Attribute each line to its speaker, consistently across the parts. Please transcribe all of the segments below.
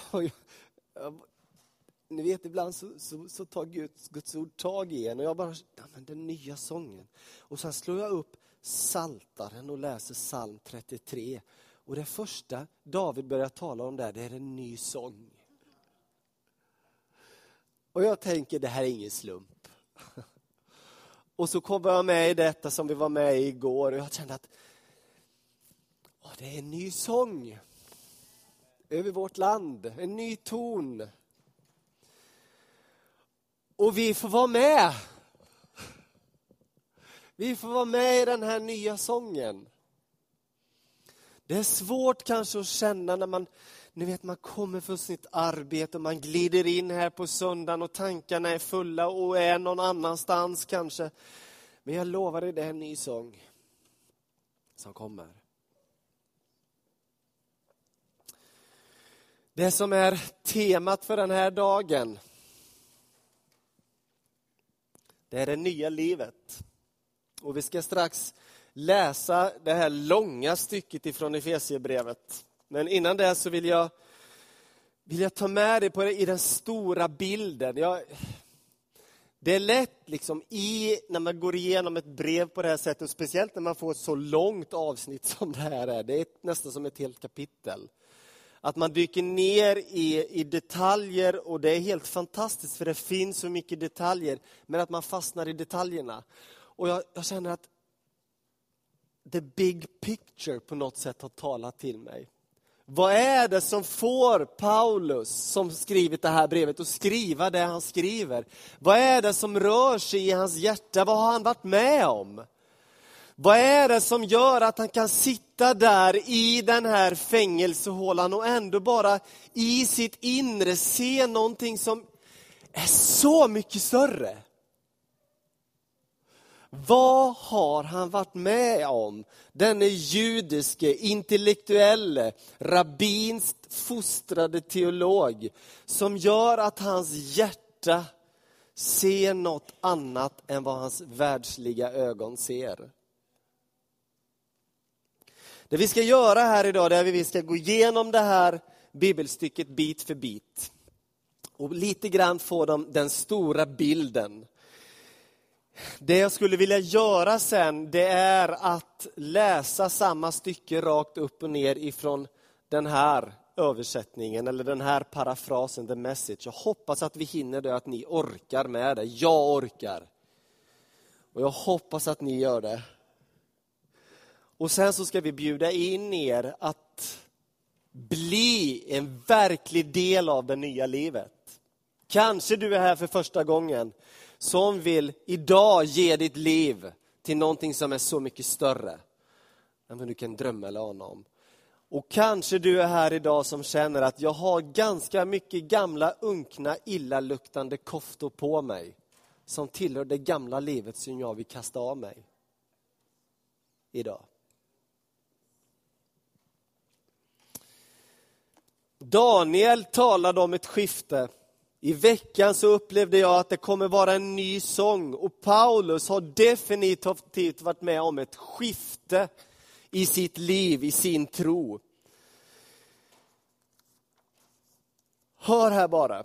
Speaker 1: Ni vet, ibland så tar Guds ord tag i en. Och jag bara, men den nya sången. Och sen slår jag upp Psaltaren och läser psalm 33. Och det första David börjar tala om där, det är en ny sång. Och jag tänker, det här är ingen slump. Och så kommer jag med i detta som vi var med i igår. Och jag kände att det är en ny sång över vårt land. En ny ton. Och vi får vara med. Vi får vara med i den här nya sången. Det är svårt kanske att känna när man kommer från sitt arbete och man glider in här på söndagen och tankarna är fulla och är någon annanstans kanske. Men jag lovar dig, det är en ny sång som kommer. Det som är temat för den här dagen, det är det nya livet. Och vi ska strax läsa det här långa stycket ifrån Efesierbrevet. Men innan det så vill jag ta med dig på det i den stora bilden. Det är lätt liksom när man går igenom ett brev på det här sättet, speciellt när man får ett så långt avsnitt som det här är. Det är nästan som ett helt kapitel. Att man dyker ner i detaljer, och det är helt fantastiskt för det finns så mycket detaljer, men att man fastnar i detaljerna. Och jag känner att the big picture på något sätt har talat till mig. Vad är det som får Paulus, som skrivit det här brevet, att skriva det han skriver? Vad är det som rör sig i hans hjärta? Vad har han varit med om? Vad är det som gör att han kan sitta där i den här fängelsehålan och ändå bara i sitt inre se någonting som är så mycket större? Vad har han varit med om? Den är judiske, intellektuelle, rabbinskt fostrade teolog som gör att hans hjärta ser något annat än vad hans världsliga ögon ser. Det vi ska göra här idag, det är att vi ska gå igenom det här bibelstycket bit för bit. Och lite grann få den stora bilden. Det jag skulle vilja göra sen, det är att läsa samma stycke rakt upp och ner ifrån den här översättningen eller den här parafrasen, the message. Jag hoppas att vi hinner det, att ni orkar med det. Jag orkar. Och jag hoppas att ni gör det. Och sen så ska vi bjuda in er att bli en verklig del av det nya livet. Kanske du är här för första gången som vill idag ge ditt liv till någonting som är så mycket större än vad du kan drömma eller ana om. Och kanske du är här idag som känner att jag har ganska mycket gamla, unkna, illaluktande koftor på mig som tillhör det gamla livet som jag vill kasta av mig idag. Daniel talade om ett skifte. I veckan så upplevde jag att det kommer vara en ny sång. Och Paulus har definitivt varit med om ett skifte i sitt liv, i sin tro. Hör här bara.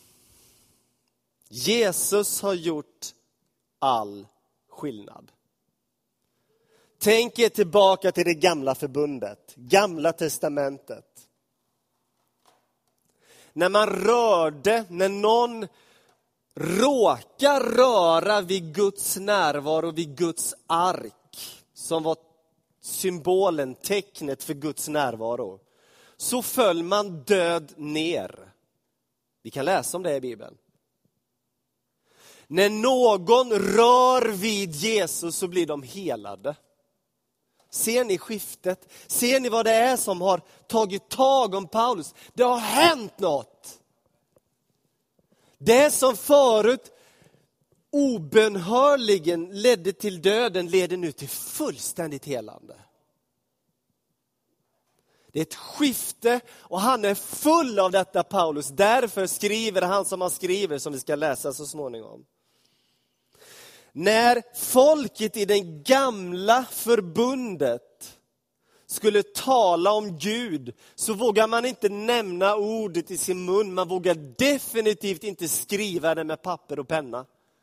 Speaker 1: Jesus har gjort all skillnad. Tänk er tillbaka till det gamla förbundet, gamla testamentet. När någon råkar röra vid Guds närvaro, vid Guds ark, som var symbolen, tecknet för Guds närvaro, så föll man död ner. Vi kan läsa om det i Bibeln. När någon rör vid Jesus så blir de helade. Ser ni skiftet? Ser ni vad det är som har tagit tag om Paulus? Det har hänt något. Det som förut obönhörligen ledde till döden leder nu till fullständigt helande. Det är ett skifte och han är full av detta, Paulus. Därför skriver han som han skriver, som vi ska läsa så småningom. När folket i den gamla förbundet skulle tala om Gud, så vågar man inte nämna ordet i sin mun. Man vågar definitivt inte skriva det med papper och penna.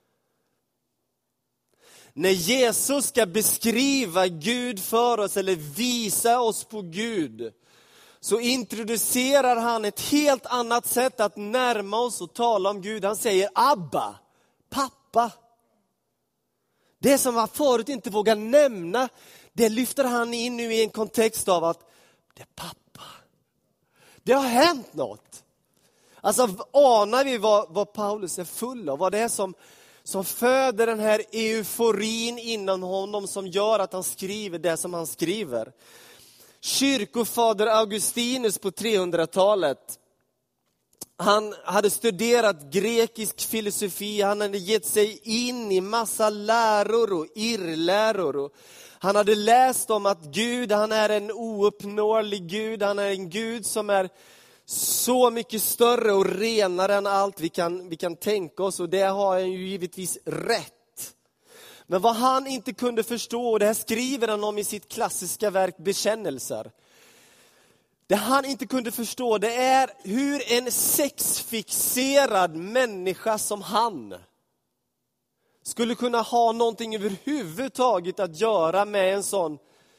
Speaker 1: När Jesus ska beskriva Gud för oss eller visa oss på Gud, så introducerar han ett helt annat sätt att närma oss och tala om Gud. Han säger Abba, pappa. Det som han förut inte vågar nämna, det lyfter han in nu i en kontext av att det är pappa. Det har hänt något. Alltså anar vi vad Paulus är full av? Vad det är som föder den här euforin inom honom som gör att han skriver det som han skriver. Kyrkofader Augustinus på 300-talet, han hade studerat grekisk filosofi, han hade gett sig in i massa läror och irrläror. Han hade läst om att Gud, han är en ouppnåelig Gud, han är en Gud som är så mycket större och renare än allt vi kan tänka oss, och det har han ju givetvis rätt. Men vad han inte kunde förstå, och det här skriver han om i sitt klassiska verk Bekännelser. Det han inte kunde förstå, det är hur en sexfixerad människa som han skulle kunna ha någonting överhuvudtaget att göra med en sån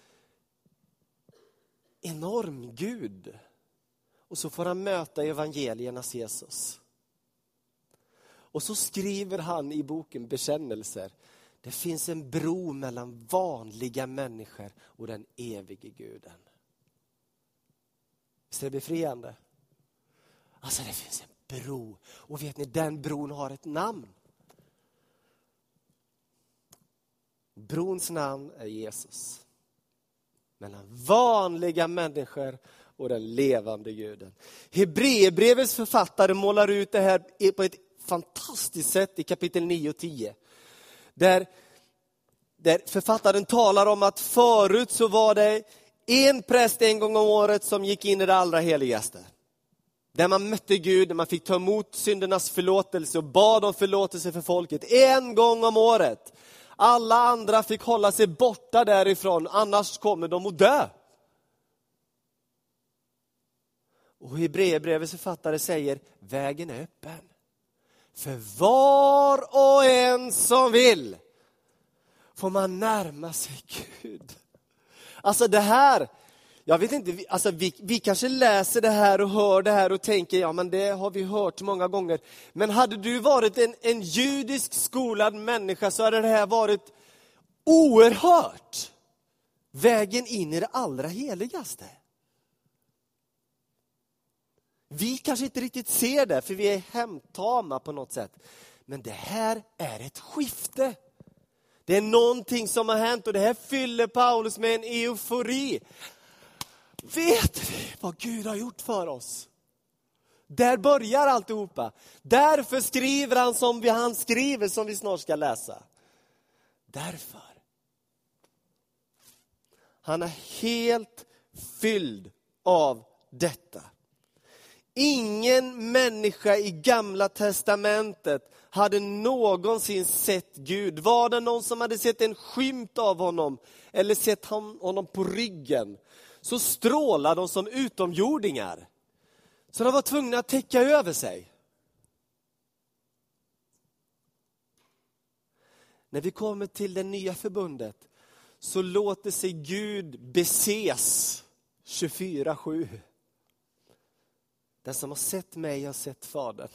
Speaker 1: enorm Gud. Och så får han möta evangeliernas Jesus. Och så skriver han i boken Bekännelser: det finns en bro mellan vanliga människor och den evige Guden. Visst är det befriande? Alltså det finns en bro. Och vet ni, den bron har ett namn. Brons namn är Jesus. Mellan vanliga människor och den levande Guden. Hebreerbrevets författare målar ut det här på ett fantastiskt sätt i kapitel 9 och 10. Där författaren talar om att förut så var det en präst en gång om året som gick in i det allra heligaste. Där man mötte Gud, där man fick ta emot syndernas förlåtelse och bad om förlåtelse för folket. En gång om året. Alla andra fick hålla sig borta därifrån, annars kommer de att dö. Och Hebreerbrevets författare säger: vägen är öppen. För var och en som vill får man närma sig Gud. Alltså det här, jag vet inte, alltså vi kanske läser det här och hör det här och tänker, ja men det har vi hört många gånger. Men hade du varit en judisk skolad människa så hade det här varit oerhört. Vägen in i det allra heligaste. Vi kanske inte riktigt ser det, för vi är hemtama på något sätt. Men det här är ett skifte. Det är någonting som har hänt och det här fyller Paulus med en eufori. Vet vi vad Gud har gjort för oss? Där börjar alltihopa. Därför skriver han som han skriver, som vi snart ska läsa. Därför. Han är helt fylld av detta. Ingen människa i Gamla testamentet hade någonsin sett Gud. Var det någon som hade sett en skymt av honom eller sett honom på ryggen, så strålade de som utomjordingar. Så de var tvungna att täcka över sig. När vi kommer till det nya förbundet så låter sig Gud beses 24/7. Den som har sett mig har sett Fadern.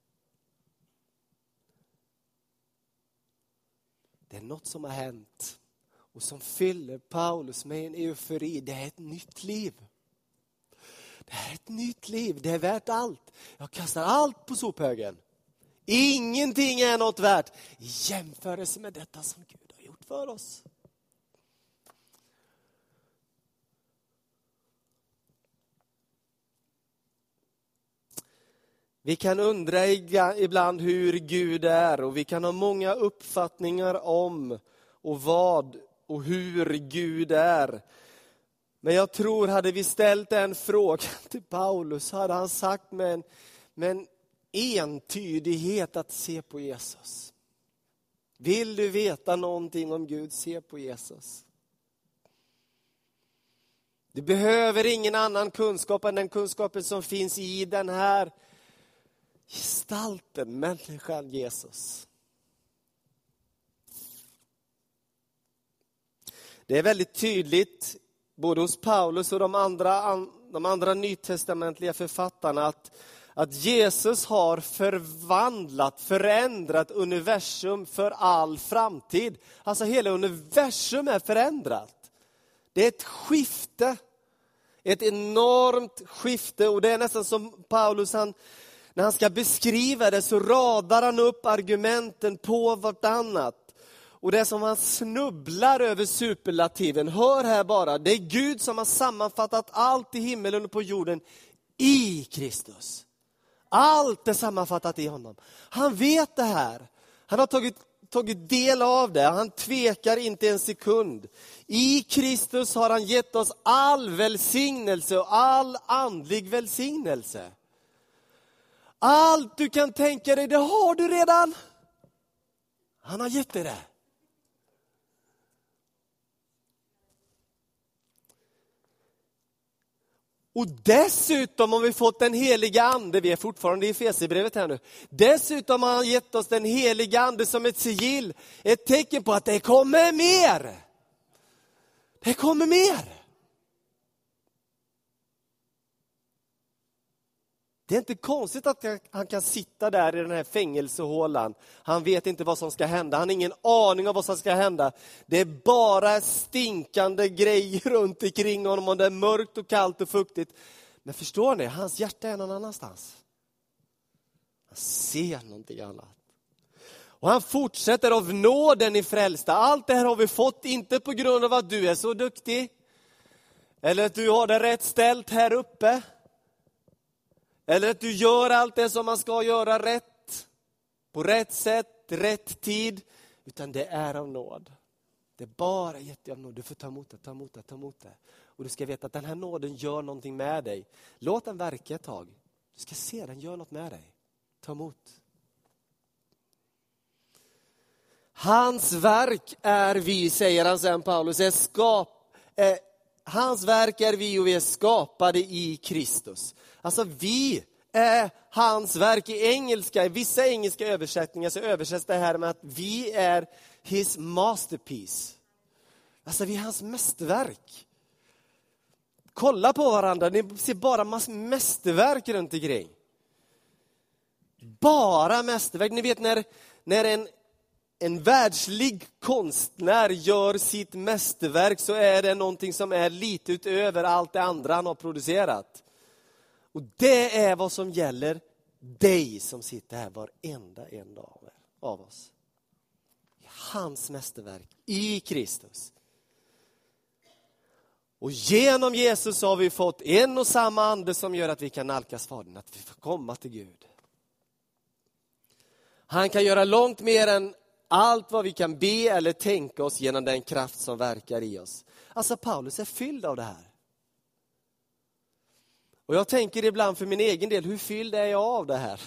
Speaker 1: Det är något som har hänt och som fyller Paulus med en eufori. Det är ett nytt liv. Det är ett nytt liv. Det är värt allt. Jag kastar allt på sophögen. Ingenting är något värt i jämförelse med detta som Gud har gjort för oss. Vi kan undra ibland hur Gud är, och vi kan ha många uppfattningar om och vad och hur Gud är. Men jag tror, hade vi ställt den frågan till Paulus, hade han sagt med en entydighet att se på Jesus. Vill du veta någonting om Gud, se på Jesus. Du behöver ingen annan kunskap än den kunskapen som finns i den här gestalten, människan Jesus. Det är väldigt tydligt både hos Paulus och de andra nytestamentliga författarna att Jesus har förändrat universum för all framtid. Alltså hela universum är förändrat. Det är ett skifte. Ett enormt skifte. Och det är nästan som Paulus, när han ska beskriva det så radar han upp argumenten på vartannat. Och det är som han snubblar över superlativen. Hör här bara, det är Gud som har sammanfattat allt i himmelen och på jorden i Kristus. Allt är sammanfattat i honom. Han vet det här. Han har tagit del av det. Han tvekar inte en sekund. I Kristus har han gett oss all välsignelse och all andlig välsignelse. Allt du kan tänka dig, det har du redan. Han har gett dig det. Och dessutom har vi fått den heliga ande, vi är fortfarande i Efesierbrevet här nu. Dessutom har han gett oss den heliga ande som ett sigill, ett tecken på att det kommer mer. Det kommer mer. Det är inte konstigt att han kan sitta där i den här fängelsehålan. Han vet inte vad som ska hända. Han har ingen aning om vad som ska hända. Det är bara stinkande grejer runt omkring honom. Och det är mörkt och kallt och fuktigt. Men förstår ni? Hans hjärta är någon annanstans. Han ser någonting annat. Och han fortsätter av nåden i frälsta. Allt det här har vi fått inte på grund av att du är så duktig. Eller att du har det rätt ställt här uppe. Eller att du gör allt det som man ska göra rätt. På rätt sätt, rätt tid. Utan det är av nåd. Det är bara gett av nåd. Du får ta emot det. Och du ska veta att den här nåden gör någonting med dig. Låt den verka ett tag. Du ska se den gör något med dig. Ta emot. Hans verk är vi, säger han sen Paulus. Hans verk är vi och vi är skapade i Kristus. Alltså vi är hans verk i engelska. I vissa engelska översättningar så översätts det här med att vi är his masterpiece. Alltså vi är hans mästerverk. Kolla på varandra, ni ser bara mästerverk runt omkring. Bara mästerverk. Ni vet när en världslig konstnär gör sitt mästerverk så är det någonting som är lite utöver allt det andra han har producerat. Och det är vad som gäller dig som sitter här varenda en av oss. Hans mästerverk i Kristus. Och genom Jesus har vi fått en och samma ande som gör att vi kan nalkas Fadern, att vi får komma till Gud. Han kan göra långt mer än allt vad vi kan be eller tänka oss genom den kraft som verkar i oss. Alltså Paulus är fylld av det här. Och jag tänker ibland för min egen del, hur fylld är jag av det här?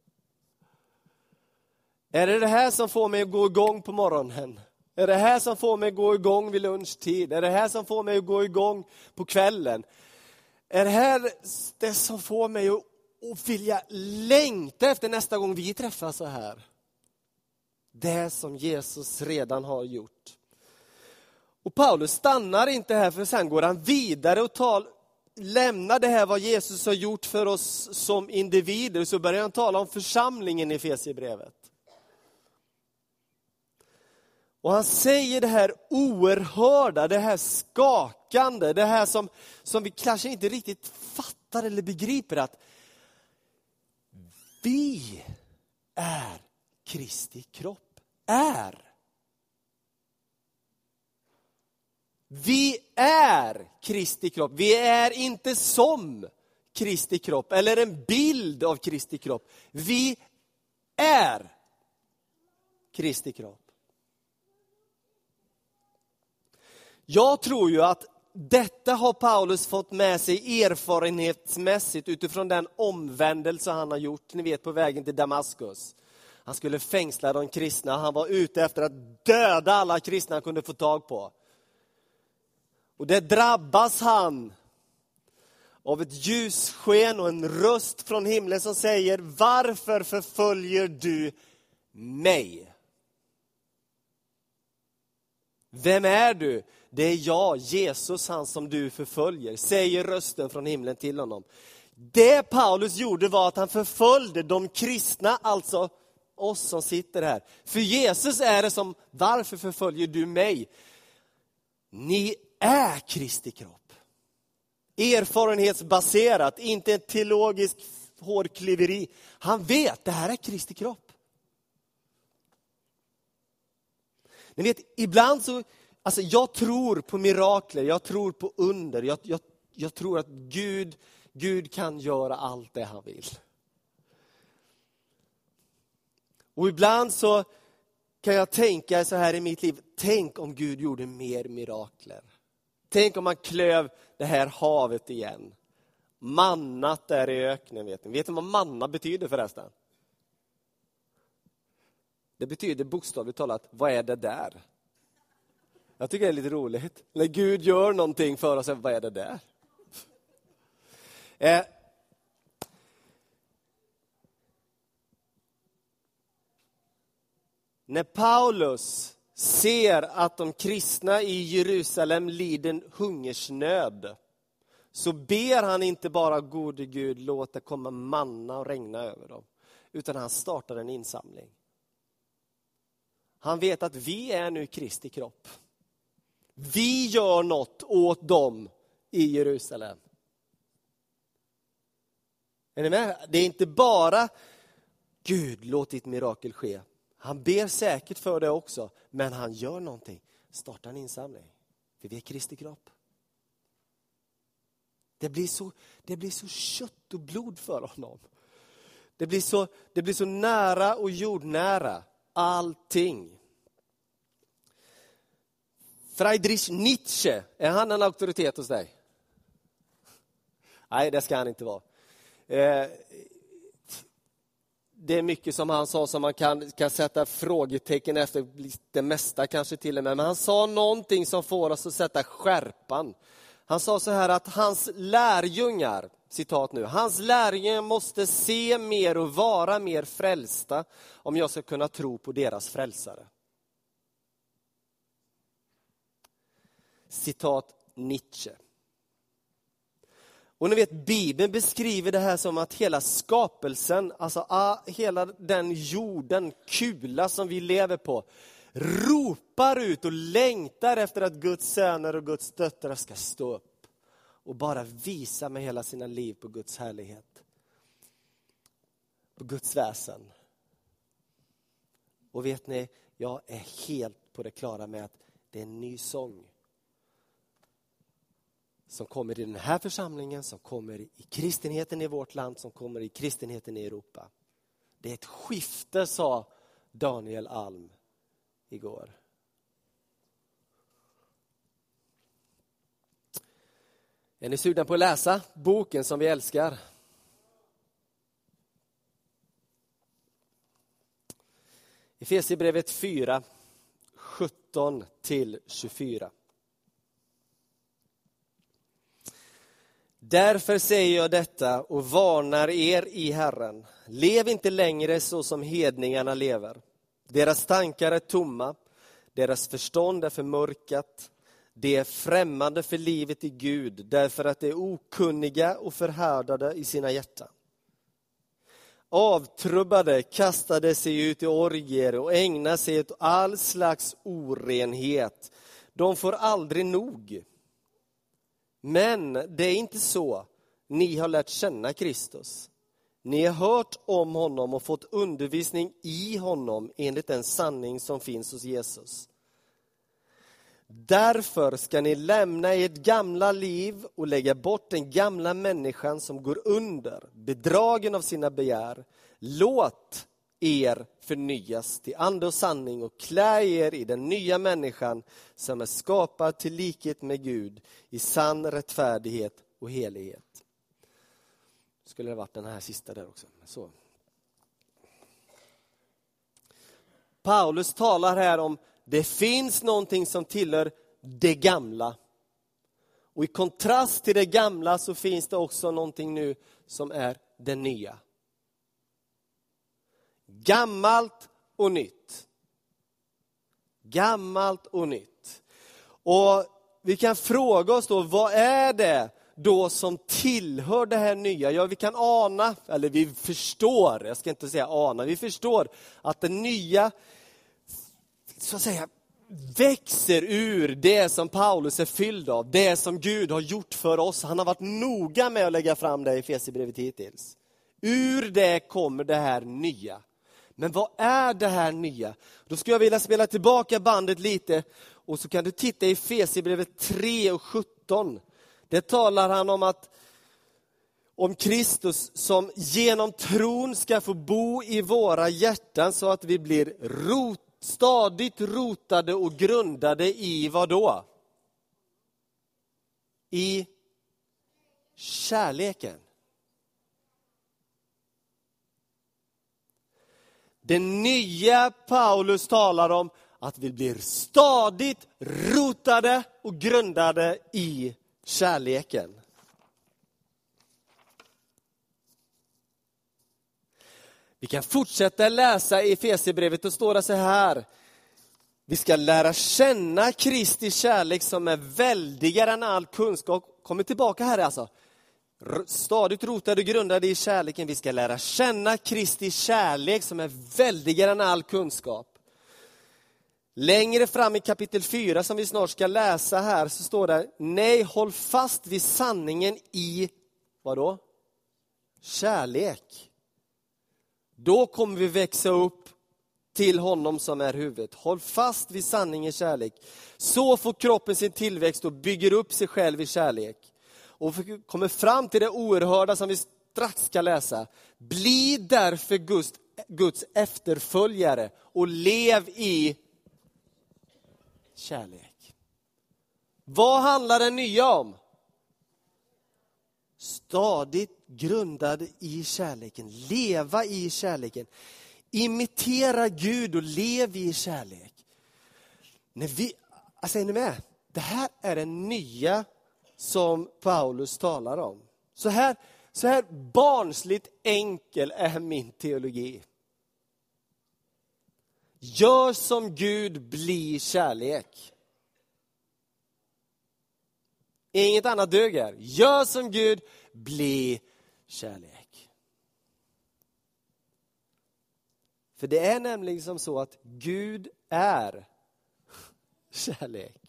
Speaker 1: Är det här som får mig att gå igång på morgonen? Är det här som får mig att gå igång vid lunchtid? Är det här som får mig att gå igång på kvällen? Är det här det som får mig att vilja längta efter nästa gång vi träffas så här? Det som Jesus redan har gjort. Och Paulus stannar inte här, för sen går han vidare och lämnar det här vad Jesus har gjort för oss som individer. Så börjar han tala om församlingen i Efesierbrevet. Och han säger det här oerhörda, det här skakande, det här som vi kanske inte riktigt fattar eller begriper, att vi är Kristi kropp. Vi är Kristi kropp. Vi är inte som Kristi kropp eller en bild av Kristi kropp. Vi är Kristi kropp. Jag tror ju att detta har Paulus fått med sig erfarenhetsmässigt utifrån den omvändelse han har gjort, ni vet, på vägen till Damaskus. Han skulle fängsla de kristna. Han var ute efter att döda alla kristna han kunde få tag på. Och där drabbas han av ett ljussken och en röst från himlen som säger: varför förföljer du mig? Vem är du? Det är jag, Jesus, han som du förföljer, säger rösten från himlen till honom. Det Paulus gjorde var att han förföljde de kristna, alltså oss som sitter här. För Jesus är det som: varför förföljer du mig? Ni är Kristi kropp. Erfarenhetsbaserat, inte ett teologiskt hårklyveri. Han vet, det här är Kristi kropp. Ni vet, ibland så, alltså jag tror på mirakler, jag tror på under. Jag tror att Gud kan göra allt det han vill. Och ibland så kan jag tänka så här i mitt liv: tänk om Gud gjorde mer mirakler. Tänk om man klöv det här havet igen. Mannat där i öknen, vet ni. Vet ni vad manna betyder förresten? Det betyder bokstavligt talat: vad är det där? Jag tycker det är lite roligt. När Gud gör någonting för oss, vad är det där? När Paulus ser att de kristna i Jerusalem lider en hungersnöd, så ber han inte bara: gode Gud, låt det komma manna och regna över dem. Utan han startar en insamling. Han vet att vi är nu Kristi kropp. Vi gör något åt dem i Jerusalem. Är ni med? Det är inte bara: Gud, låt ditt mirakel ske. Han ber säkert för det också. Men han gör någonting. Startar en insamling. För vi är Kristi kropp. Det blir så kött och blod för honom. Det blir så nära och jordnära. Allting. Friedrich Nietzsche, är han en auktoritet hos dig? Nej, det ska han inte vara. Det är mycket som han sa som man kan sätta frågetecken efter det mesta kanske till och med. Men han sa någonting som får oss att sätta skärpan. Han sa så här att hans lärjungar, citat nu: hans lärjungar måste se mer och vara mer frälsta om jag ska kunna tro på deras frälsare. Citat Nietzsche. Och ni vet, Bibeln beskriver det här som att hela skapelsen, alltså hela den jorden, kula som vi lever på, ropar ut och längtar efter att Guds söner och Guds döttrar ska stå upp och bara visa med hela sina liv på Guds härlighet. På Guds väsen. Och vet ni, jag är helt på det klara med att det är en ny sång som kommer i den här församlingen, som kommer i kristenheten i vårt land, som kommer i kristenheten i Europa. Det är ett skifte, sa Daniel Alm igår. Är ni sugna på att läsa boken som vi älskar? Efesierbrevet 4, 17-24. Därför säger jag detta och varnar er i Herren. Lev inte längre så som hedningarna lever. Deras tankar är tomma, deras förstånd är förmörkat. De är främmande för livet i Gud, därför att de är okunniga och förhärdade i sina hjärtan. Avtrubbade kastade sig ut i orgier och ägnar sig åt all slags orenhet. De får aldrig nog. Men det är inte så. Ni har lärt känna Kristus. Ni har hört om honom och fått undervisning i honom enligt den sanning som finns hos Jesus. Därför ska ni lämna ert gamla liv och lägga bort den gamla människan som går under, bedragen av sina begär. Låt er förnyas till ande och sanning och klä er i den nya människan som är skapad till likhet med Gud i sann rättfärdighet och helighet. Skulle det varit den här sista där också. Så. Paulus talar här om det finns någonting som tillhör det gamla. Och i kontrast till det gamla så finns det också någonting nu som är det nya. Gammalt och nytt. Gammalt och nytt. Och vi kan fråga oss då, vad är det då som tillhör det här nya? Ja, vi kan ana, eller vi förstår, jag ska inte säga ana, vi förstår att det nya, så att säga, växer ur det som Paulus är fylld av. Det som Gud har gjort för oss. Han har varit noga med att lägga fram det i Efesierbrevet hittills. Ur det kommer det här nya. Men vad är det här nya? Då skulle jag vilja spela tillbaka bandet lite. Och så kan du titta i Efesierbrevet 3 och 17. Det talar han om Kristus som genom tron ska få bo i våra hjärtan så att vi blir stadigt rotade och grundade i vad då? I kärleken. Det nya Paulus talar om att vi blir stadigt rotade och grundade i kärleken. Vi kan fortsätta läsa i Efesierbrevet och står det så här. Vi ska lära känna Kristi kärlek som är väldigare än all kunskap. Kommer tillbaka här alltså. Stadigt rotade och grundade i kärleken. Vi ska lära känna Kristi kärlek som är väldigare än all kunskap. Längre fram i kapitel 4 som vi snart ska läsa här så står det: nej, håll fast vid sanningen i, vad då? Kärlek. Då kommer vi växa upp till honom som är huvudet. Håll fast vid sanningen i kärlek. Så får kroppen sin tillväxt och bygger upp sig själv i kärlek. Och vi kommer fram till det oerhörda som vi strax ska läsa. Bli därför Guds efterföljare och lev i kärlek. Vad handlar det nya om? Stadigt grundad i kärleken. Leva i kärleken. Imitera Gud och lev i kärlek. Är ni med? Det här är det nya som Paulus talar om. Så här barnsligt enkel är min teologi. Gör som Gud, bli kärlek. Inget annat duger. Gör som Gud, bli kärlek. För det är nämligen som så att Gud är kärlek.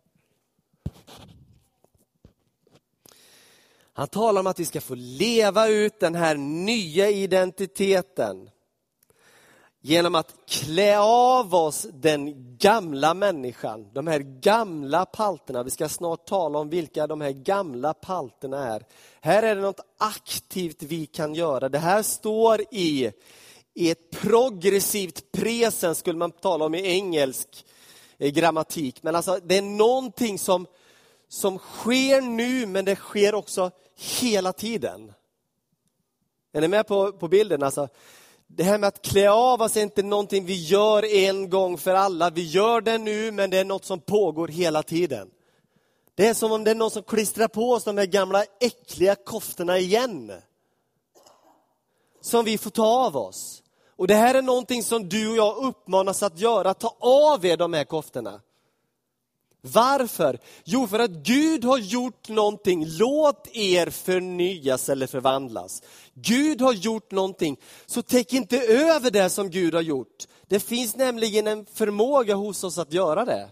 Speaker 1: Han talar om att vi ska få leva ut den här nya identiteten genom att klä av oss den gamla människan, de här gamla palterna. Vi ska snart tala om vilka de här gamla palterna är. Här är det något aktivt vi kan göra. Det här står i ett progressivt presens, skulle man tala om i engelsk grammatik. Men alltså det är någonting som sker nu, men det sker också hela tiden. Är ni med på bilden? Alltså, det här med att klä av oss är inte någonting vi gör en gång för alla. Vi gör det nu, men det är något som pågår hela tiden. Det är som om det är någon som klistrar på oss de här gamla äckliga koftorna igen. Som vi får ta av oss. Och det här är någonting som du och jag uppmanas att göra. Ta av er de här koftorna. Varför? Jo, för att Gud har gjort någonting. Låt er förnyas eller förvandlas. Gud har gjort någonting. Så täck inte över det som Gud har gjort. Det finns nämligen en förmåga hos oss att göra det.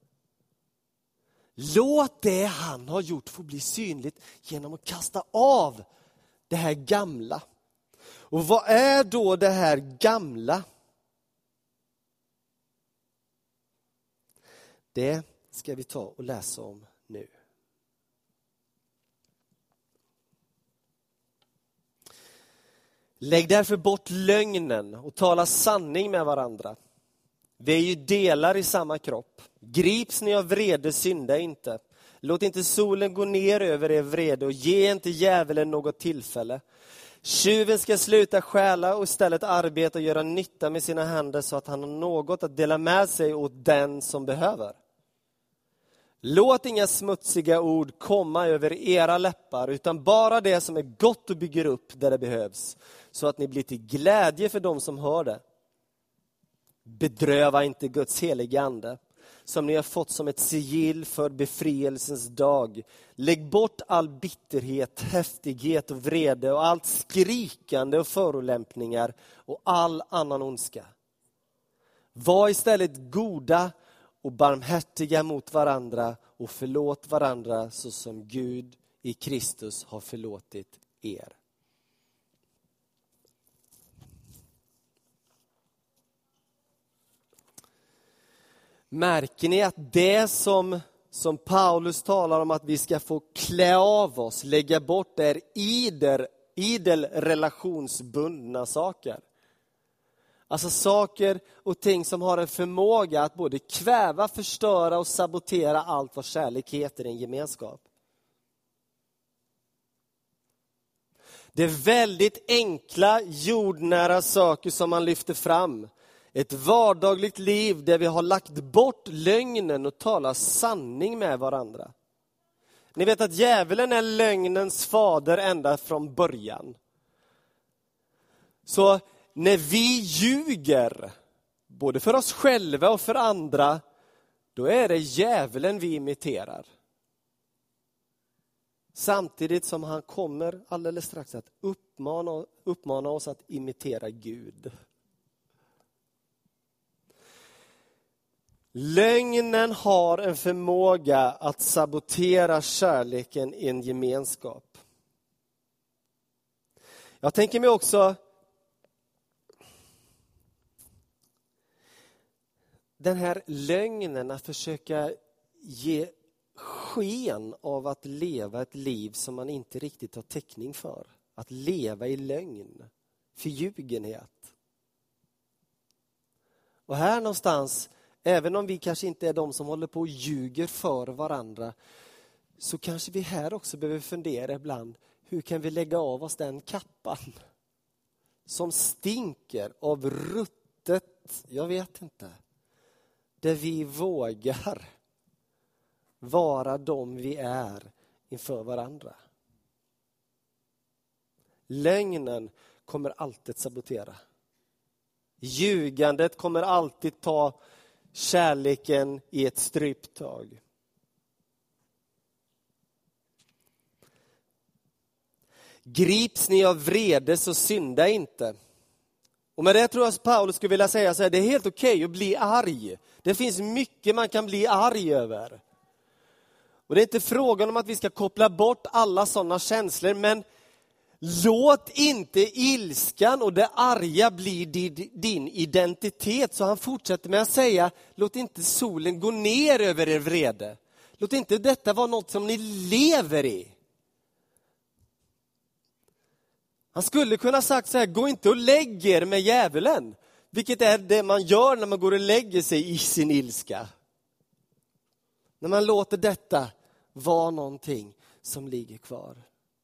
Speaker 1: Låt det han har gjort få bli synligt genom att kasta av det här gamla. Och vad är då det här gamla? Det ska vi ta och läsa om nu. Lägg därför bort lögnen och tala sanning med varandra. Vi är ju delar i samma kropp. Grips ni av vrede, synda inte. Låt inte solen gå ner över er vrede och ge inte djävulen något tillfälle. Tjuven ska sluta stjäla och istället arbeta och göra nytta med sina händer så att han har något att dela med sig åt den som behöver. Låt inga smutsiga ord komma över era läppar, utan bara det som är gott och bygger upp där det behövs, så att ni blir till glädje för dem som hör det. Bedröva inte Guds heliga ande, som ni har fått som ett sigill för befrielsens dag. Lägg bort all bitterhet, häftighet och vrede och allt skrikande och förolämpningar och all annan ondska. Var istället goda och barmhärtiga mot varandra och förlåt varandra så som Gud i Kristus har förlåtit er. Märker ni att det som Paulus talar om att vi ska få klä av oss, lägga bort, är idel relationsbundna saker. Alltså saker och ting som har en förmåga att både kväva, förstöra och sabotera allt vad kärlek heter i en gemenskap. Det är väldigt enkla, jordnära saker som man lyfter fram. Ett vardagligt liv där vi har lagt bort lögnen och talar sanning med varandra. Ni vet att djävulen är lögnens fader ända från början. Så när vi ljuger, både för oss själva och för andra, då är det djävulen vi imiterar. Samtidigt som han kommer alldeles strax att uppmana oss att imitera Gud. Lögnen har en förmåga att sabotera kärleken i en gemenskap. Jag tänker mig också den här lögnen att försöka ge sken av att leva ett liv som man inte riktigt har täckning för. Att leva i lögn, förljugenhet. Och här någonstans, även om vi kanske inte är de som håller på och ljuger för varandra, så kanske vi här också behöver fundera ibland, hur kan vi lägga av oss den kappan som stinker av ruttet, jag vet inte, där vi vågar vara de vi är inför varandra. Lögnen kommer alltid sabotera. Ljugandet kommer alltid ta kärleken i ett stryptag. Grips ni av vrede så synda inte. Och med det tror jag att Paulus skulle vilja säga så här, det är helt okej att bli arg. Det finns mycket man kan bli arg över. Och det är inte frågan om att vi ska koppla bort alla sådana känslor, men låt inte ilskan och det arga bli din identitet. Så han fortsätter med att säga, låt inte solen gå ner över er vrede. Låt inte detta vara något som ni lever i. Han skulle kunna sagt så här, gå inte och lägg er med djävulen. Vilket är det man gör när man går och lägger sig i sin ilska. När man låter detta vara någonting som ligger kvar.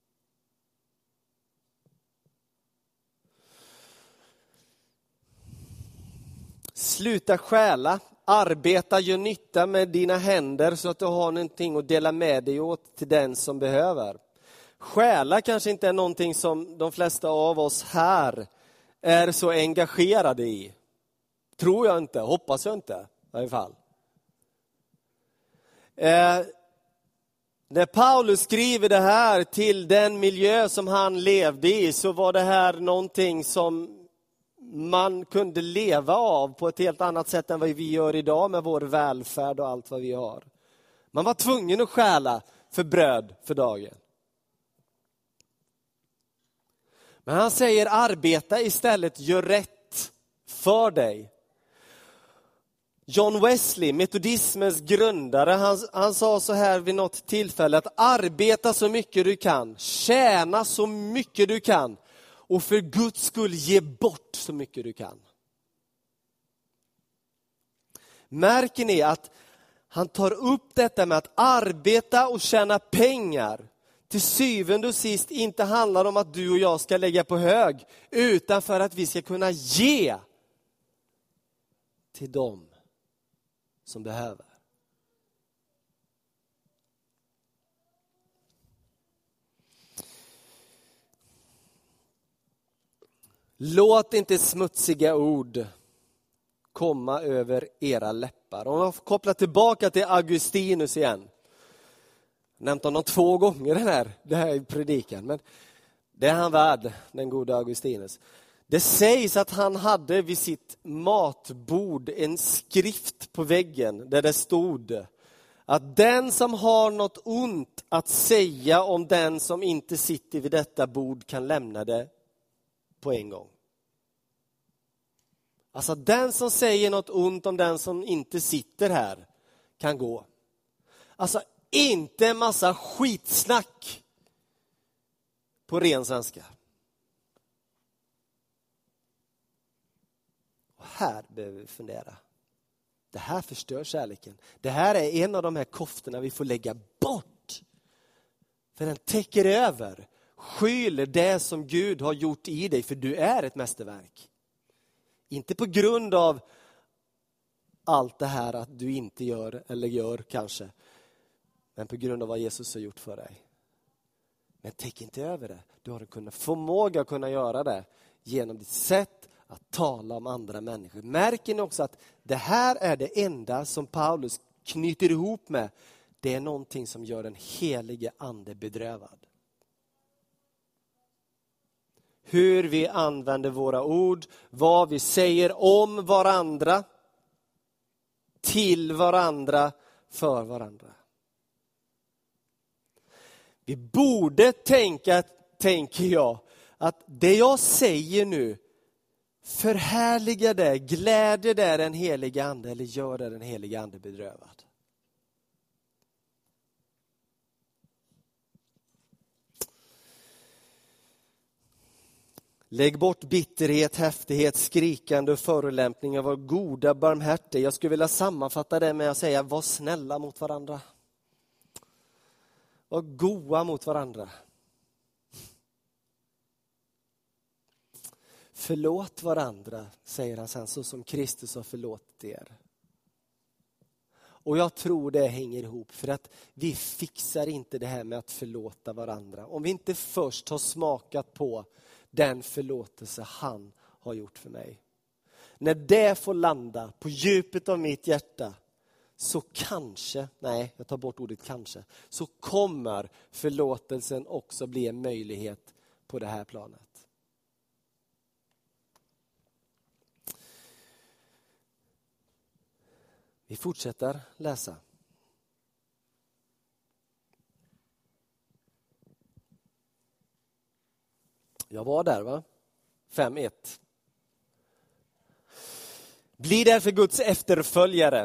Speaker 1: Sluta stjäla, arbeta, gör nytta med dina händer så att du har någonting att dela med dig åt till den som behöver. Stjäla kanske inte är någonting som de flesta av oss här är så engagerade i. Tror jag inte, hoppas jag inte i alla fall. När Paulus skriver det här till den miljö som han levde i, så var det här någonting som man kunde leva av på ett helt annat sätt än vad vi gör idag med vår välfärd och allt vad vi har. Man var tvungen att stjäla för bröd för dagen. Men han säger, arbeta istället, gör rätt för dig. John Wesley, metodismens grundare, han sa så här vid något tillfälle, att arbeta så mycket du kan, tjäna så mycket du kan och för Guds skull ge bort så mycket du kan. Märker ni att han tar upp detta med att arbeta och tjäna pengar till syvende och sist inte handlar om att du och jag ska lägga på hög, utan för att vi ska kunna ge till dem som behöver. Låt inte smutsiga ord komma över era läppar. Om jag kopplar tillbaka till Augustinus igen. Jag har nämnt honom 2 gånger det här i predikan. Men det är han värd, den gode Augustinus. Det sägs att han hade vid sitt matbord en skrift på väggen där det stod att den som har något ont att säga om den som inte sitter vid detta bord kan lämna det på en gång. Alltså den som säger något ont om den som inte sitter här kan gå. Alltså inte en massa skitsnack på ren svenska. Och här behöver vi fundera. Det här förstör kärleken. Det här är en av de här koftorna vi får lägga bort. För den täcker över, skyller det som Gud har gjort i dig. För du är ett mästerverk. Inte på grund av allt det här att du inte gör eller gör kanske. Men på grund av vad Jesus har gjort för dig. Men täck inte över det. Du har en förmåga att kunna göra det genom ditt sätt att tala om andra människor. Märker ni också att det här är det enda som Paulus knyter ihop med. Det är någonting som gör den helige ande bedrövad. Hur vi använder våra ord, vad vi säger om varandra, till varandra, för varandra. Vi borde tänker jag, att det jag säger nu förhärligar det, gläder det den heliga ande eller gör det den heliga ande bedrövad. Lägg bort bitterhet, häftighet, skrikande och förolämpning och var goda, barmhärtiga. Jag skulle vilja sammanfatta det med att säga var snälla mot varandra. Var goda mot varandra. Förlåt varandra, säger han sen, så som Kristus har förlåtit er. Och jag tror det hänger ihop, för att vi fixar inte det här med att förlåta varandra. Om vi inte först har smakat på den förlåtelse han har gjort för mig. När det får landa på djupet av mitt hjärta, så kanske, nej jag tar bort ordet kanske, så kommer förlåtelsen också bli en möjlighet på det här planet. Vi fortsätter läsa. Jag var där, va? 5:1. Bli därför Guds efterföljare.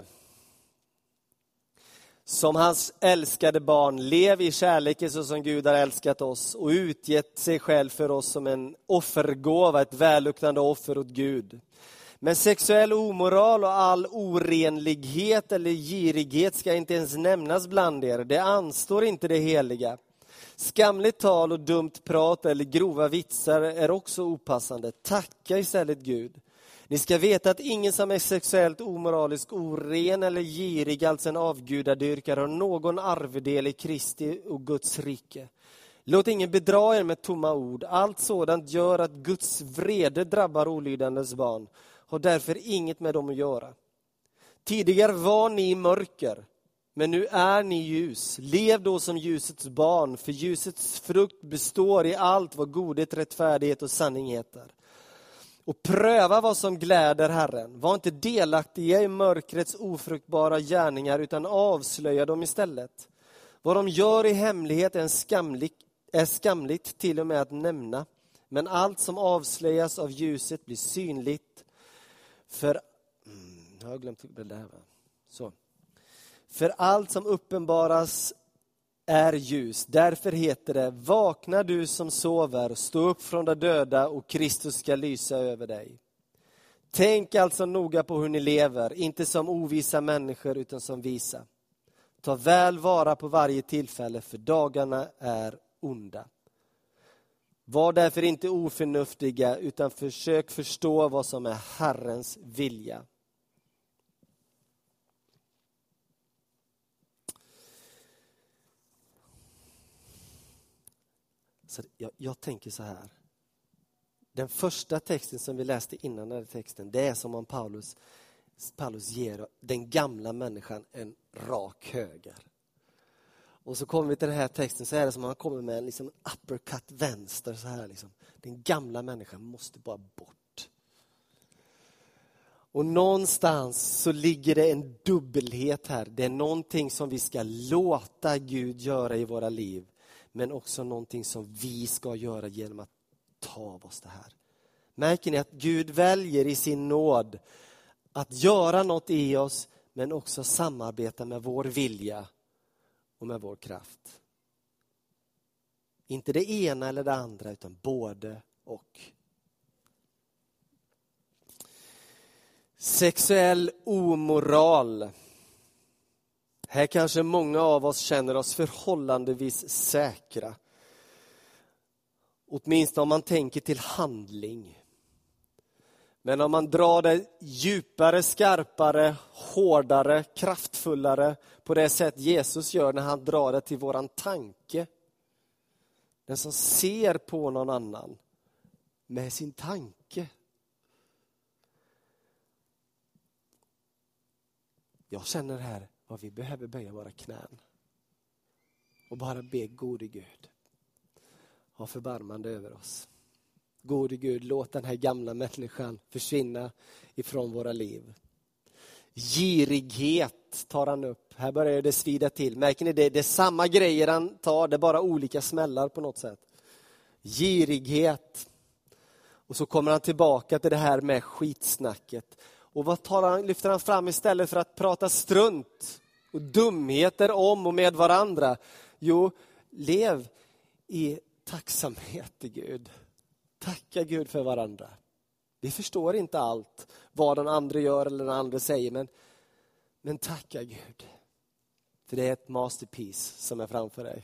Speaker 1: Som hans älskade barn, lev i kärleken så som Gud har älskat oss och utgett sig själv för oss som en offergåva, ett välluktande offer åt Gud. Men sexuell omoral och all orenlighet eller girighet ska inte ens nämnas bland er. Det anstår inte det heliga. Skamligt tal och dumt prat eller grova vitsar är också opassande. Tacka istället Gud. Ni ska veta att ingen som är sexuellt omoralisk, oren eller girig, alltså en avgudadyrkare, har någon arvedel i Kristi och Guds rike. Låt ingen bedra er med tomma ord. Allt sådant gör att Guds vrede drabbar olydandes barn. Har därför inget med dem att göra. Tidigare var ni i mörker, men nu är ni ljus. Lev då som ljusets barn, för ljusets frukt består i allt vad godhet, rättfärdighet och sanning heter. Och pröva vad som gläder Herren. Var inte delaktiga i mörkrets ofruktbara gärningar, utan avslöja dem istället. Vad de gör i hemlighet är skamligt till och med att nämna. Men allt som avslöjas av ljuset blir synligt. För allt som uppenbaras är ljus. Därför heter det: vakna du som sover, stå upp från de döda och Kristus ska lysa över dig. Tänk alltså noga på hur ni lever, inte som ovisa människor utan som visa. Ta väl vara på varje tillfälle, för dagarna är onda. Var därför inte oförnuftiga, utan försök förstå vad som är Herrens vilja. Så jag tänker så här. Den första texten som vi läste innan den här texten, det är som om Paulus ger den gamla människan en rak höger. Och så kommer vi till den här texten, så är det som om han kommer med en liksom uppercut vänster så här liksom. Den gamla människan måste bara bort. Och någonstans så ligger det en dubbelhet här. Det är någonting som vi ska låta Gud göra i våra liv, men också någonting som vi ska göra genom att ta av oss det här. Märker ni att Gud väljer i sin nåd att göra något i oss, men också samarbeta med vår vilja och med vår kraft. Inte det ena eller det andra, utan både och. Sexuell omoral. Här kanske många av oss känner oss förhållandevis säkra. Åtminstone om man tänker till handling. Men om man drar det djupare, skarpare, hårdare, kraftfullare på det sätt Jesus gör när han drar det till våran tanke. Den som ser på någon annan med sin tanke. Jag känner här vad vi behöver böja våra knän. Och bara be gode Gud ha förbarmande över oss. Gode Gud, låt den här gamla människan försvinna ifrån våra liv. Girighet tar han upp. Här börjar det svida till. Märker ni det? Det är samma grejer han tar, det är bara olika smällar på något sätt. Girighet. Och så kommer han tillbaka till det här med skitsnacket. Och vad lyfter han fram istället för att prata strunt och dumheter om och med varandra? Jo, lev i tacksamhet till Gud. Tacka Gud för varandra. Vi förstår inte allt vad den andra gör eller den andra säger, men tacka Gud. För det är ett masterpiece som är framför dig.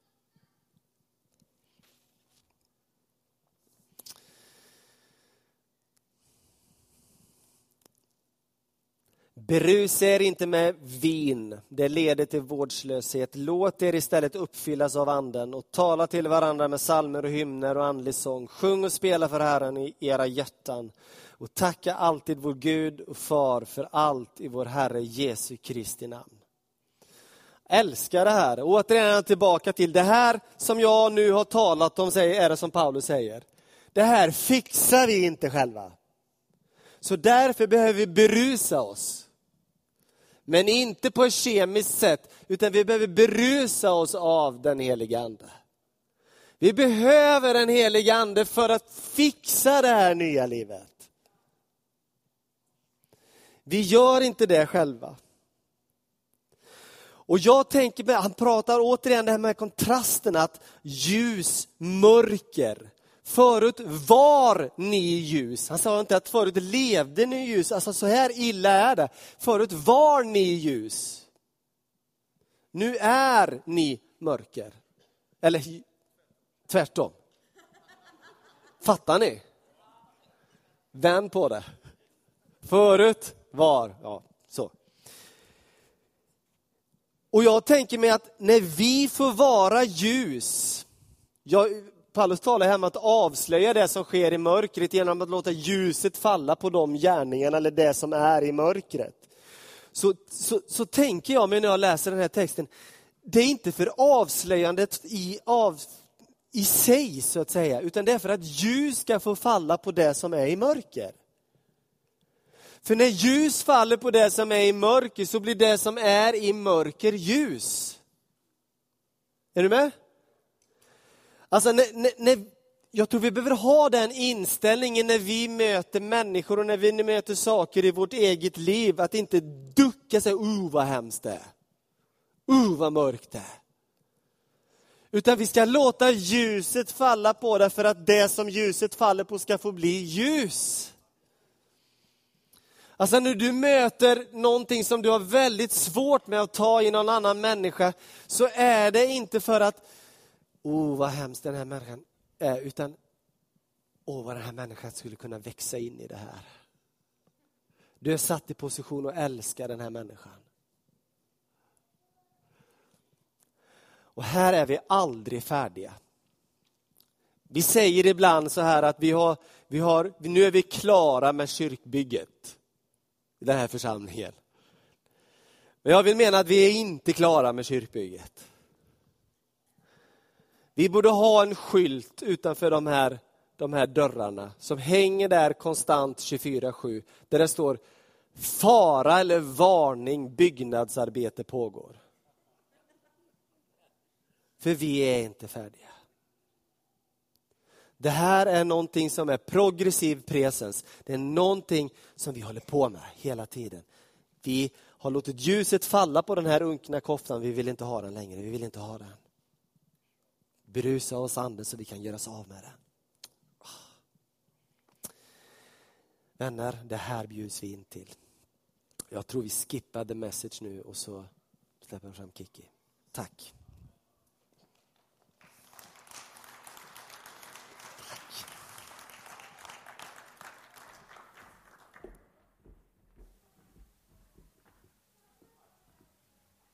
Speaker 1: Berusa er inte med vin, det leder till vårdslöshet. Låt er istället uppfyllas av anden och tala till varandra med psalmer och hymner och andlig sång. Sjung och spela för Herren i era hjärtan och tacka alltid vår Gud och Far för allt i vår Herre Jesu Kristi namn. Älskar det här. Återigen tillbaka till det här som jag nu har talat om, är det som Paulus säger. Det här fixar vi inte själva. Så därför behöver vi berusa oss. Men inte på ett kemiskt sätt, utan vi behöver berusa oss av den heliga ande. Vi behöver en helig ande för att fixa det här nya livet. Vi gör inte det själva. Och jag tänker, han pratar återigen det här med kontrasten att ljus, mörker. Förut var ni ljus. Han sa inte att förut levde ni ljus. Alltså så här illa är det. Förut var ni ljus. Nu är ni mörker. Eller tvärtom. Fattar ni? Vänd på det. Förut var, ja, så. Och jag tänker mig att när vi får vara ljus. Paulus talar här om att avslöja det som sker i mörkret genom att låta ljuset falla på de gärningarna eller det som är i mörkret. Så tänker jag mig när jag läser den här texten, det är inte för avslöjandet i sig så att säga, utan det är för att ljus ska få falla på det som är i mörker. För när ljus faller på det som är i mörker så blir det som är i mörker ljus. Är du med? Alltså jag tror vi behöver ha den inställningen när vi möter människor och när vi möter saker i vårt eget liv. Att inte ducka sig, vad hemskt det är. Vad mörkt det är. Utan vi ska låta ljuset falla på det för att det som ljuset faller på ska få bli ljus. Alltså när du möter någonting som du har väldigt svårt med att ta i någon annan människa, så är det inte för att vad hemskt den här människan är, utan vad den här människan skulle kunna växa in i det här. Du är satt i position att älska den här människan. Och här är vi aldrig färdiga. Vi säger ibland så här att nu är vi klara med kyrkbygget i den här församlingen. Men jag vill mena att vi är inte klara med kyrkbygget. Vi borde ha en skylt utanför de här dörrarna som hänger där konstant 24/7. Där det står fara eller varning, byggnadsarbete pågår. För vi är inte färdiga. Det här är någonting som är progressiv presens. Det är någonting som vi håller på med hela tiden. Vi har låtit ljuset falla på den här unkna koftan. Vi vill inte ha den längre. Vi vill inte ha den. Brusa oss anden så vi kan göra oss av med den. Vänner, det här bjuds vi in till. Jag tror vi skippar the message nu och så släpper vi fram Kiki. Tack.